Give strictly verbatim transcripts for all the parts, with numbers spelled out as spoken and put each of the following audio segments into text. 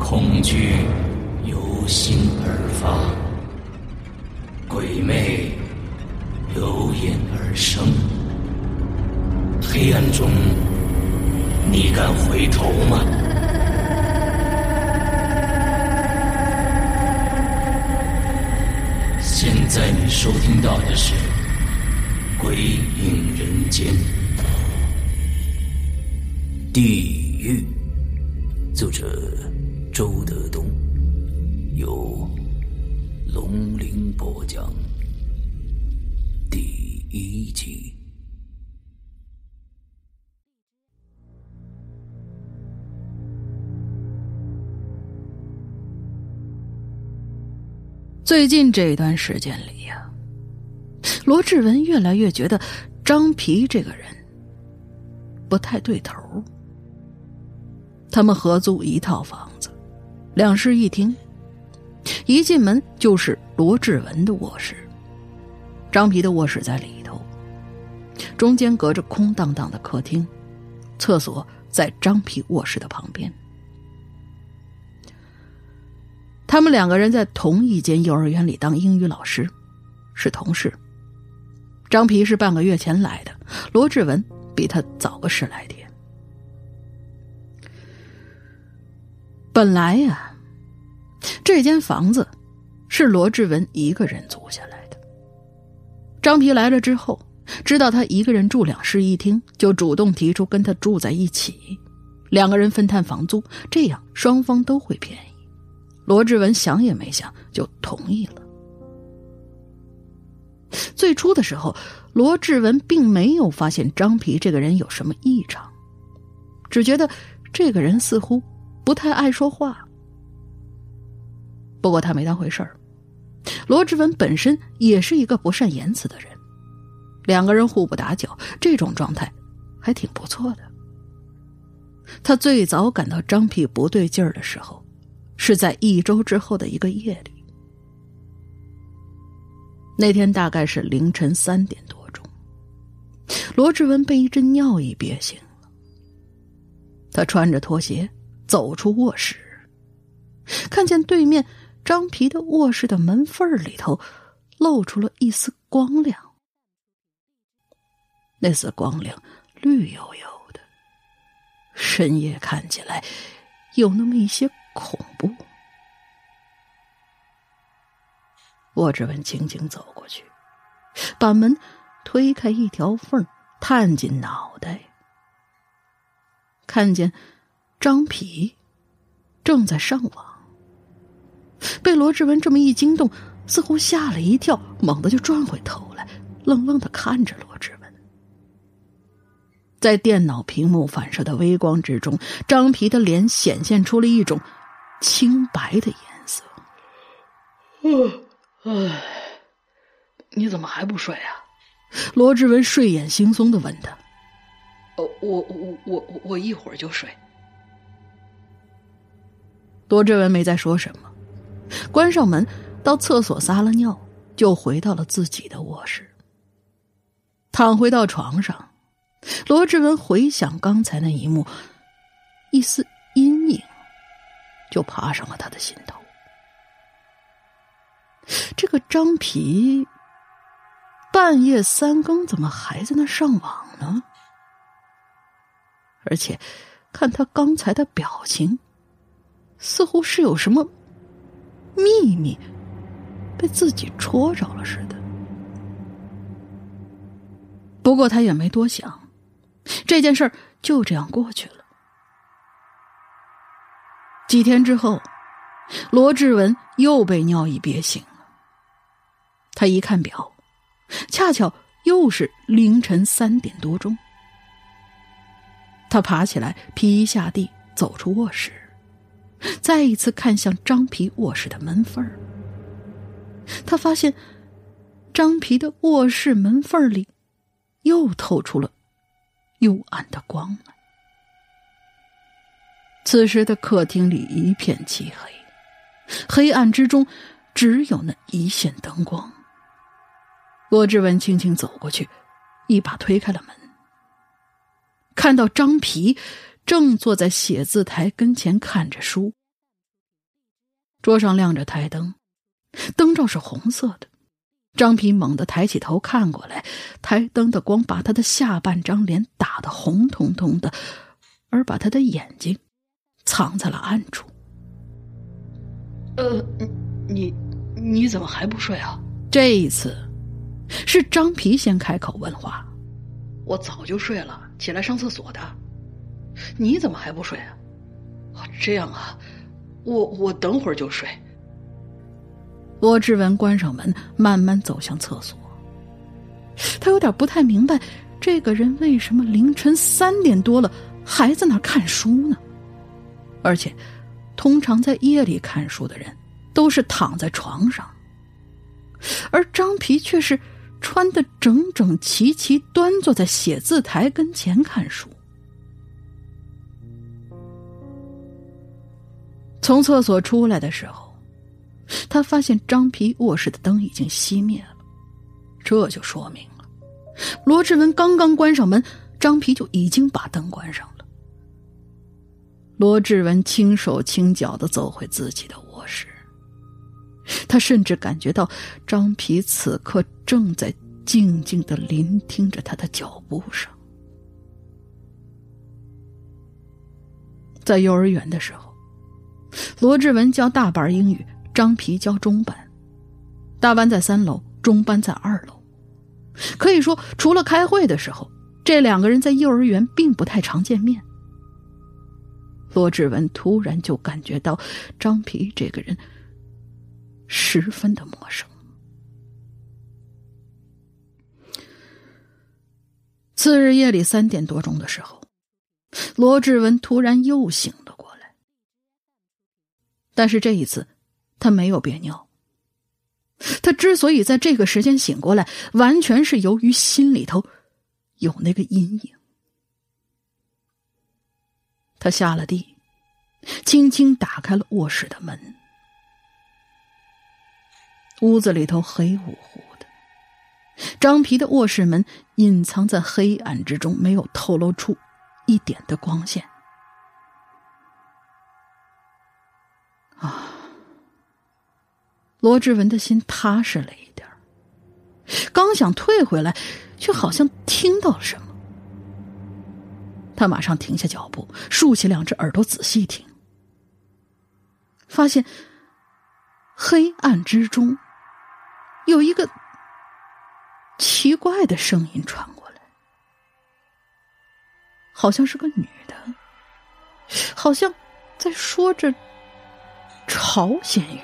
恐惧由心而发，鬼魅由眼而生。黑暗中，你敢回头吗？现在你收听到的是《鬼影人间》。地狱，作者周德东，由龙鳞播讲。第一集。 最近这段时间里呀、啊，罗志文越来越觉得张皮这个人不太对头。他们合租一套房子，两室一厅，一进门就是罗志文的卧室，张皮的卧室在里头，中间隔着空荡荡的客厅，厕所在张皮卧室的旁边。他们两个人在同一间幼儿园里当英语老师，是同事。张皮是半个月前来的，罗志文比他早个十来天。本来呀，这间房子是罗志文一个人租下来的。张皮来了之后，知道他一个人住两室一厅，就主动提出跟他住在一起，两个人分摊房租，这样双方都会便宜。罗志文想也没想就同意了。最初的时候，罗志文并没有发现张皮这个人有什么异常，只觉得这个人似乎不太爱说话。不过他没当回事儿，罗志文本身也是一个不善言辞的人，两个人互不打搅，这种状态还挺不错的。他最早感到张皮不对劲儿的时候，是在一周之后的一个夜里。那天大概是凌晨三点多钟，罗志文被一阵尿意憋醒了。他穿着拖鞋走出卧室，看见对面张皮的卧室的门缝里头露出了一丝光亮。那丝光亮绿油油的，深夜看起来有那么一些恐怖。罗志文轻轻走过去，把门推开一条缝，探进脑袋，看见张皮正在上网。被罗志文这么一惊动，似乎吓了一跳，猛地就转回头来，愣愣地看着罗志文。在电脑屏幕反射的微光之中，张皮的脸显现出了一种清白的颜色。唉，你怎么还不睡啊？罗志文睡眼惺忪地问他。 哦，我我我我一会儿就睡。 罗志文没再说什么，关上门，到厕所撒了尿，就回到了自己的卧室。躺回到床上，罗志文回想刚才那一幕，一丝阴影就爬上了他的心头。这个张皮半夜三更怎么还在那上网呢？而且看他刚才的表情，似乎是有什么秘密被自己戳着了似的。不过他也没多想，这件事儿就这样过去了。几天之后，罗志文又被尿意憋醒了。他一看表，恰巧又是凌晨三点多钟。他爬起来，皮衣下地，走出卧室，再一次看向张皮卧室的门缝。他发现张皮的卧室门缝里又透出了幽暗的光来。此时的客厅里一片漆黑，黑暗之中只有那一线灯光。罗志文轻轻走过去，一把推开了门，看到张皮正坐在写字台跟前看着书， 桌上亮着台灯，灯罩是红色的。张皮猛地抬起头看过来，台灯的光把他的下半张脸打得红彤彤的，而把他的眼睛藏在了暗处。 呃，你你怎么还不睡啊？ 这一次是张皮先开口问话。 我早就睡了，起来上厕所的。你怎么还不睡啊？这样啊，我我等会儿就睡。 罗志文关上门，慢慢走向厕所。他有点不太明白，这个人为什么凌晨三点多了还在那儿看书呢？而且通常在夜里看书的人都是躺在床上，而张皮却是穿得整整齐齐，端坐在写字台跟前看书。从厕所出来的时候，他发现张皮卧室的灯已经熄灭了，这就说明了罗志文刚刚关上门，张皮就已经把灯关上了。罗志文轻手轻脚地走回自己的卧室，他甚至感觉到张皮此刻正在静静地聆听着他的脚步声。在幼儿园的时候，罗志文教大班英语，张皮教中班。大班在三楼，中班在二楼。可以说，除了开会的时候，这两个人在幼儿园并不太常见面。罗志文突然就感觉到张皮这个人十分的陌生。次日夜里三点多钟的时候，罗志文突然又醒了过来。但是这一次他没有憋尿。他之所以在这个时间醒过来，完全是由于心里头有那个阴影。他下了地，轻轻打开了卧室的门。屋子里头黑乎乎的，张皮的卧室门隐藏在黑暗之中，没有透露出一点的光线。啊，罗志文的心踏实了一点，刚想退回来，却好像听到了什么。他马上停下脚步，竖起两只耳朵仔细听，发现黑暗之中有一个奇怪的声音传过来，好像是个女的，好像在说着朝鲜语，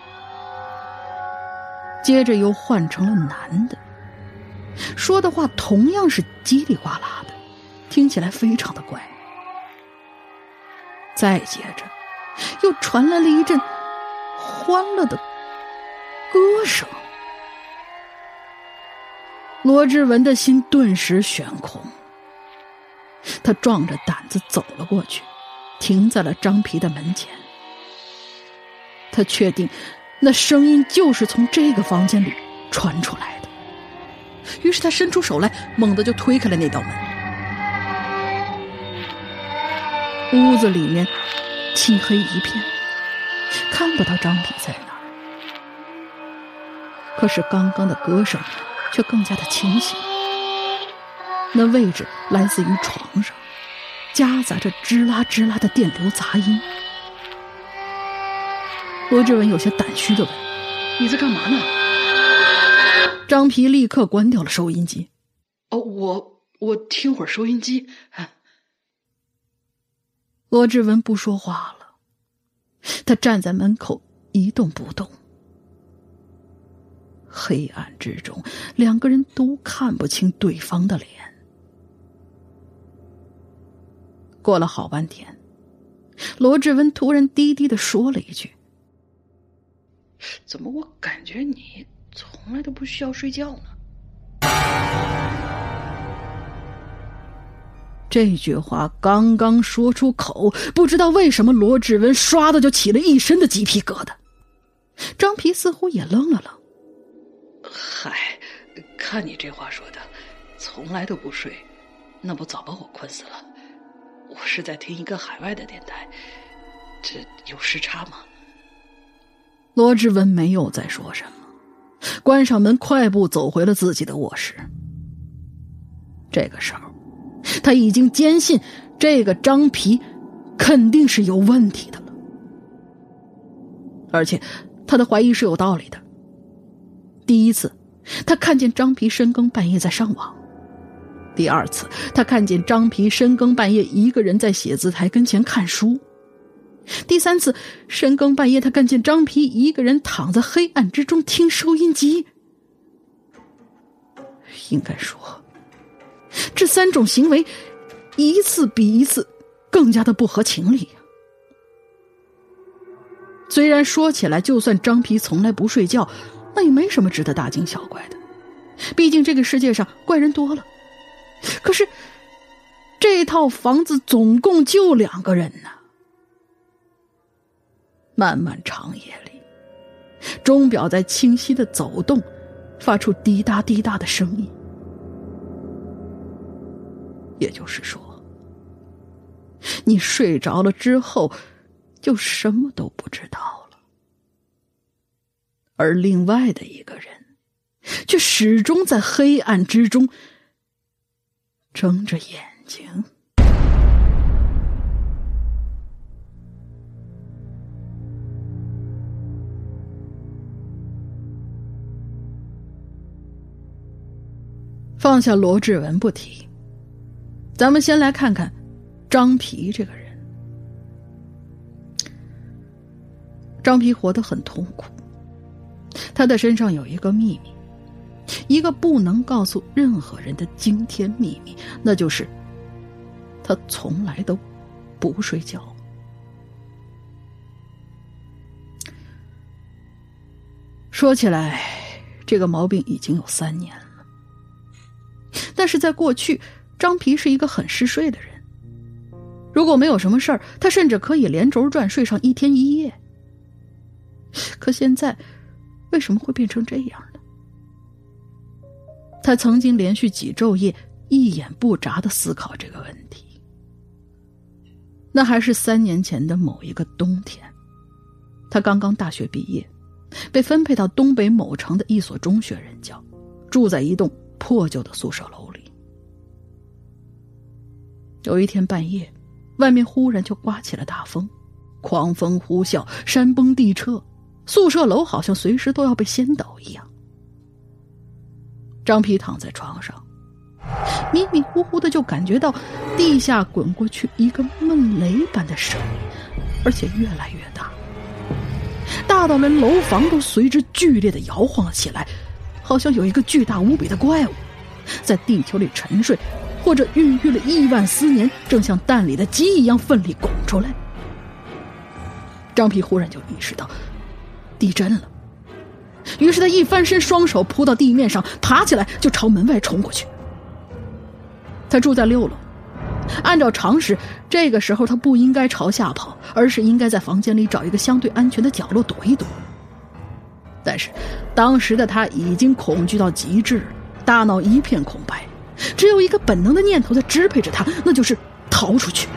接着又换成了男的，说的话同样是叽里呱啦的，听起来非常的怪。再接着又传来了一阵欢乐的歌声。罗志文的心顿时悬空，他壮着胆子走了过去，停在了张皮的门前。他确定那声音就是从这个房间里传出来的，于是他伸出手来，猛地就推开了那道门。屋子里面漆黑一片，看不到张皮在哪儿。可是刚刚的歌声却更加的清晰，那位置来自于床上，夹杂着吱啦吱啦的电流杂音。罗志文有些胆虚的问：“ 你在干嘛呢？” 张皮立刻关掉了收音机。 哦，我我听会儿收音机。 罗志文不说话了，他站在门口一动不动。黑暗之中，两个人都看不清对方的脸。过了好半天，罗志文突然低低地说了一句：“ 怎么我感觉你从来都不需要睡觉呢？” 这句话刚刚说出口，不知道为什么罗志文唰的就起了一身的鸡皮疙瘩。张皮似乎也愣了愣。 嗨，看你这话说的，从来都不睡，那不早把我困死了。我是在听一个海外的电台，这有时差吗？ 罗志文没有再说什么，关上门，快步走回了自己的卧室。这个时候，他已经坚信这个张皮肯定是有问题的了，而且他的怀疑是有道理的。第一次，他看见张皮深更半夜在上网；第二次，他看见张皮深更半夜一个人在写字台跟前看书；第三次，深更半夜他看见张皮一个人躺在黑暗之中听收音机。应该说，这三种行为一次比一次更加的不合情理。虽然说起来，就算张皮从来不睡觉，那也没什么值得大惊小怪的，毕竟这个世界上怪人多了。可是这套房子总共就两个人呢。漫漫长夜里，钟表在清晰的走动，发出滴答滴答的声音。也就是说，你睡着了之后就什么都不知道了，而另外的一个人却始终在黑暗之中睁着眼睛。放下罗志文不提，咱们先来看看张皮这个人。张皮活得很痛苦，他的身上有一个秘密，一个不能告诉任何人的惊天秘密，那就是他从来都不睡觉。说起来，这个毛病已经有三年了。但是在过去，张皮是一个很嗜睡的人，如果没有什么事儿，他甚至可以连轴转睡上一天一夜。可现在为什么会变成这样呢？他曾经连续几昼夜一眼不眨地思考这个问题。那还是三年前的某一个冬天，他刚刚大学毕业，被分配到东北某城的一所中学任教，住在一栋破旧的宿舍楼里。有一天半夜，外面忽然就刮起了大风，狂风呼啸，山崩地彻，宿舍楼好像随时都要被掀倒一样。张皮躺在床上，迷迷糊糊的就感觉到地下滚过去一个闷雷般的声音，而且越来越大，大到连楼房都随之剧烈的摇晃了起来，好像有一个巨大无比的怪物在地球里沉睡，或者孕育了亿万思年，正像蛋里的鸡一样奋力拱出来。张皮忽然就意识到地震了，于是他一翻身，双手扑到地面上，爬起来就朝门外冲过去。他住在六楼，按照常识，这个时候他不应该朝下跑，而是应该在房间里找一个相对安全的角落躲一躲。但是当时的他已经恐惧到极致，大脑一片空白，只有一个本能的念头在支配着他，那就是逃出去。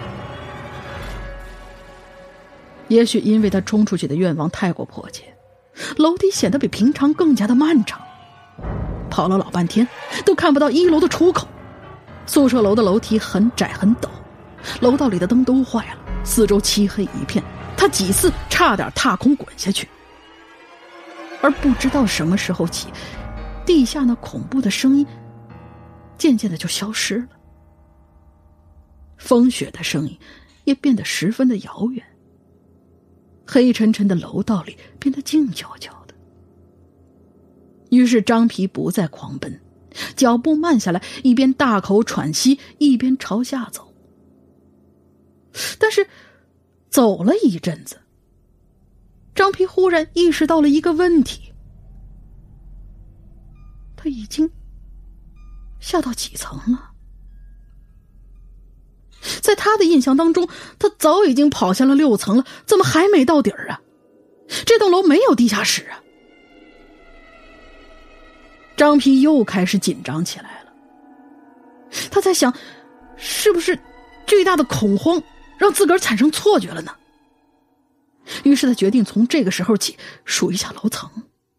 也许因为他冲出去的愿望太过迫切，楼梯显得比平常更加的漫长，跑了老半天都看不到一楼的出口。宿舍楼的楼梯很窄很陡，楼道里的灯都坏了，四周漆黑一片，他几次差点踏空滚下去。而不知道什么时候起，地下那恐怖的声音渐渐的就消失了，风雪的声音也变得十分的遥远，黑沉沉的楼道里变得静悄悄的。于是张皮不再狂奔，脚步慢下来，一边大口喘息，一边朝下走。但是走了一阵子，张皮忽然意识到了一个问题，他已经下到几层了？在他的印象当中，他早已经跑下了六层了，怎么还没到底儿啊？这栋楼没有地下室啊！张皮又开始紧张起来了，他在想，是不是巨大的恐慌让自个儿产生错觉了呢？ 于是他决定从这个时候起数一下楼层。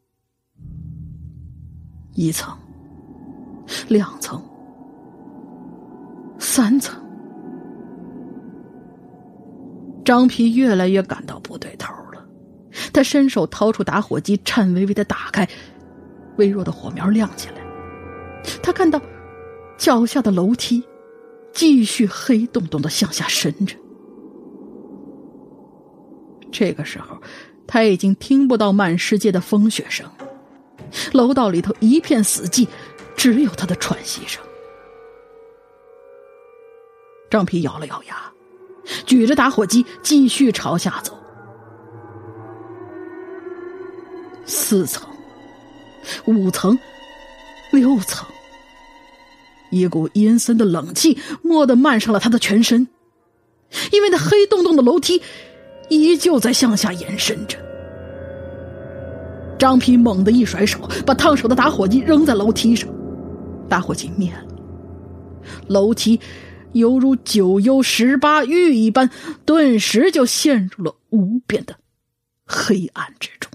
一层，两层，三层。张皮越来越感到不对头了，他伸手掏出打火机，颤巍巍地打开，微弱的火苗亮起来。他看到脚下的楼梯继续黑洞洞地向下伸着。这个时候他已经听不到满世界的风雪声，楼道里头一片死寂，只有他的喘息声。张皮咬了咬牙，举着打火机继续朝下走。四层，五层，六层，一股阴森的冷气蓦地漫上了他的全身，因为那黑洞洞的楼梯依旧在向下延伸着。张皮猛地一甩手，把烫手的打火机扔在楼梯上，打火机灭了，楼梯犹如九幽十八狱一般，顿时就陷入了无边的黑暗之中。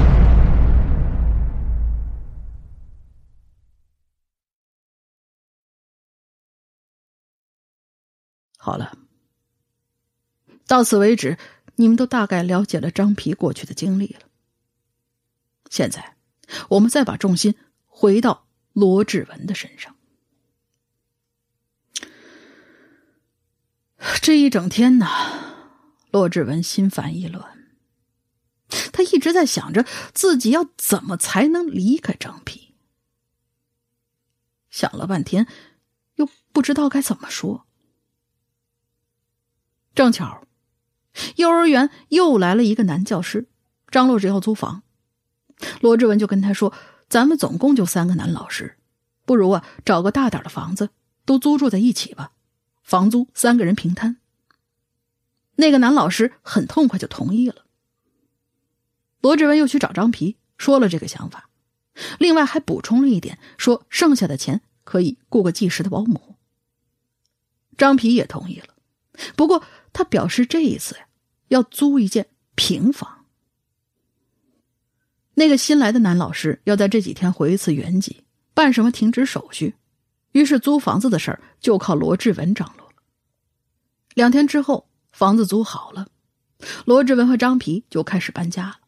好了，到此为止，你们都大概了解了张皮过去的经历了。现在我们再把重心回到罗志文的身上。这一整天呢，罗志文心烦意乱，他一直在想着自己要怎么才能离开张皮。想了半天，又不知道该怎么说。正巧幼儿园又来了一个男教师，张罗着要租房。罗志文就跟他说，咱们总共就三个男老师，不如啊找个大点的房子，都租住在一起吧，房租三个人平摊。那个男老师很痛快就同意了。罗志文又去找张皮说了这个想法，另外还补充了一点，说剩下的钱可以雇个计时的保姆。张皮也同意了，不过他表示这一次呀要租一间平房。那个新来的男老师要在这几天回一次原籍，办什么停职手续，于是租房子的事儿就靠罗志文掌握了。两天之后，房子租好了，罗志文和张皮就开始搬家了。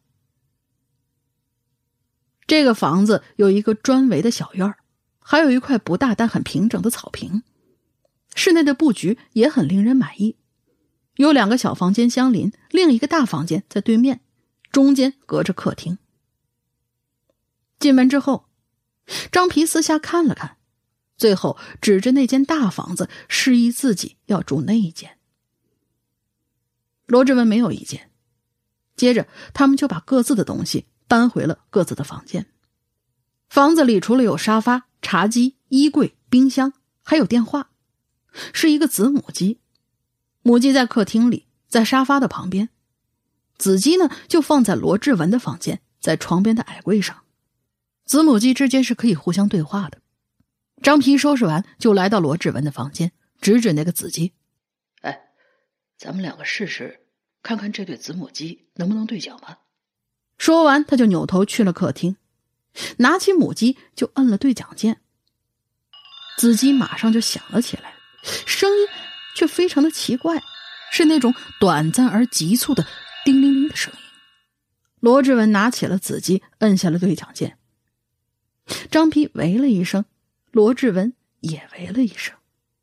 这个房子有一个砖围的小院，还有一块不大但很平整的草坪，室内的布局也很令人满意，有两个小房间相邻，另一个大房间在对面，中间隔着客厅。进门之后，张皮私下看了看，最后指着那间大房子示意自己要住那一间。罗志文没有意见，接着他们就把各自的东西搬回了各自的房间。房子里除了有沙发、茶几、衣柜、冰箱，还有电话，是一个子母机。母机在客厅里，在沙发的旁边，子机呢就放在罗志文的房间，在床边的矮柜上。子母机之间是可以互相对话的。张皮收拾完就来到罗志文的房间，指指那个子机， 哎，咱们两个试试看看这对子母机能不能对讲吗？ 说完他就扭头去了客厅，拿起母机就摁了对讲键。子机马上就响了起来，声音却非常的奇怪，是那种短暂而急促的叮铃铃的声音。罗志文拿起了子机，摁下了对讲键。张皮喂了一声，罗志文也喂了一声。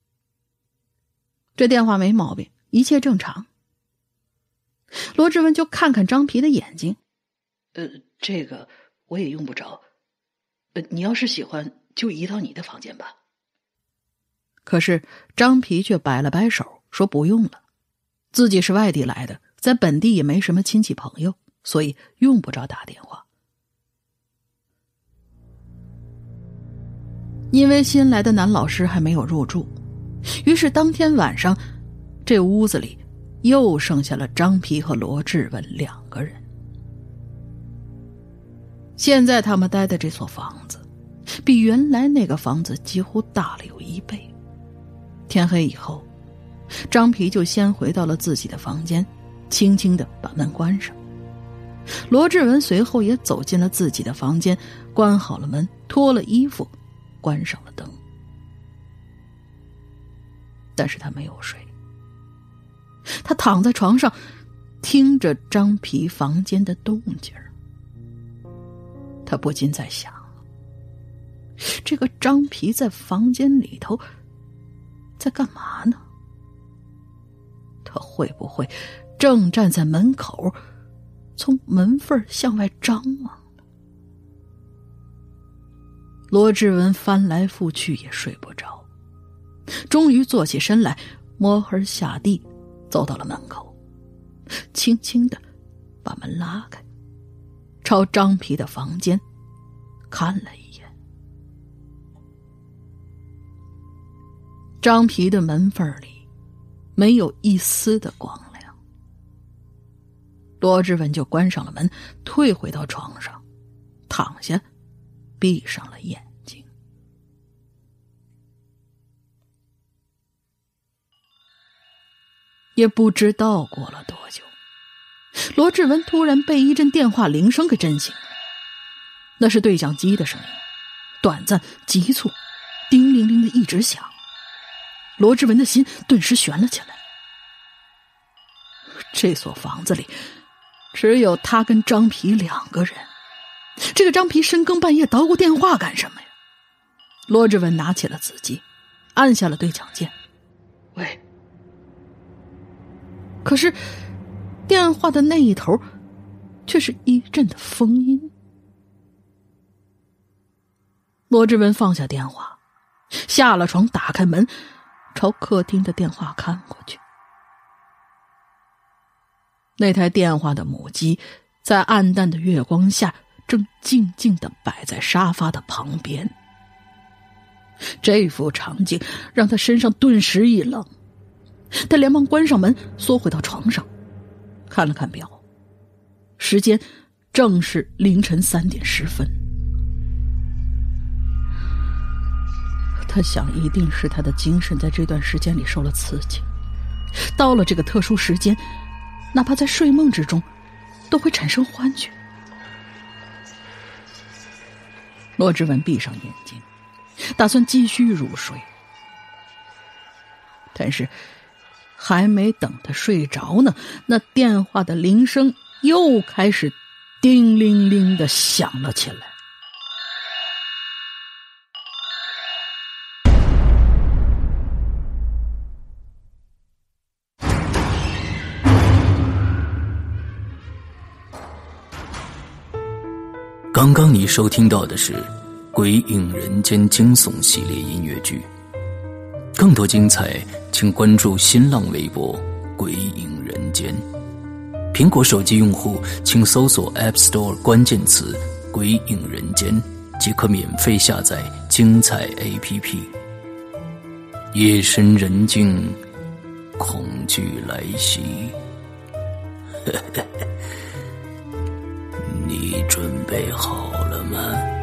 这电话没毛病，一切正常。罗志文就看看张皮的眼睛， 呃，这个我也用不着，呃，你要是喜欢就移到你的房间吧。 可是张皮却摆了摆手，说不用了，自己是外地来的，在本地也没什么亲戚朋友，所以用不着打电话。因为新来的男老师还没有入住，于是当天晚上这屋子里又剩下了张皮和罗志文两个人。现在他们待的这所房子比原来那个房子几乎大了有一倍。天黑以后，张皮就先回到了自己的房间， 轻轻地把门关上。罗志文随后也走进了自己的房间，关好了门，脱了衣服，关上了灯。但是他没有睡，他躺在床上，听着张皮房间的动静儿。他不禁在想，这个张皮在房间里头在干嘛呢？他会不会正站在门口，从门缝向外张望呢？罗志文翻来覆去也睡不着，终于坐起身来，摸黑下地，走到了门口，轻轻地把门拉开，朝张皮的房间看了一眼。张皮的门缝里没有一丝的光亮，罗志文就关上了门，退回到床上，躺下，闭上了眼睛。也不知道过了多久，罗志文突然被一阵电话铃声给震醒了。那是对讲机的声音，短暂急促，叮铃铃的一直响。罗志文的心顿时悬了起来。这所房子里只有他跟张皮两个人，这个张皮深更半夜捣鼓电话干什么呀？罗志文拿起了子机，按下了对讲键。 喂。 可是电话的那一头却是一阵的风音。罗志文放下电话，下了床，打开门，朝客厅的电话看过去。那台电话的母机在暗淡的月光下正静静地摆在沙发的旁边。这幅场景让他身上顿时一冷，他连忙关上门，缩回到床上，看了看表，时间正是凌晨三点十分。他想，一定是他的精神在这段时间里受了刺激，到了这个特殊时间，哪怕在睡梦之中都会产生幻觉。罗志文闭上眼睛，打算继续入睡，但是还没等他睡着呢，那电话的铃声又开始叮铃铃地响了起来。 刚刚你收听到的是《鬼影人间》惊悚系列音乐剧，更多精彩请关注新浪微博“鬼影人间”，苹果手机用户请搜索 App Store 关键词“鬼影人间”即可免费下载精彩 A P P。夜深人静，恐惧来袭，你准备好了吗？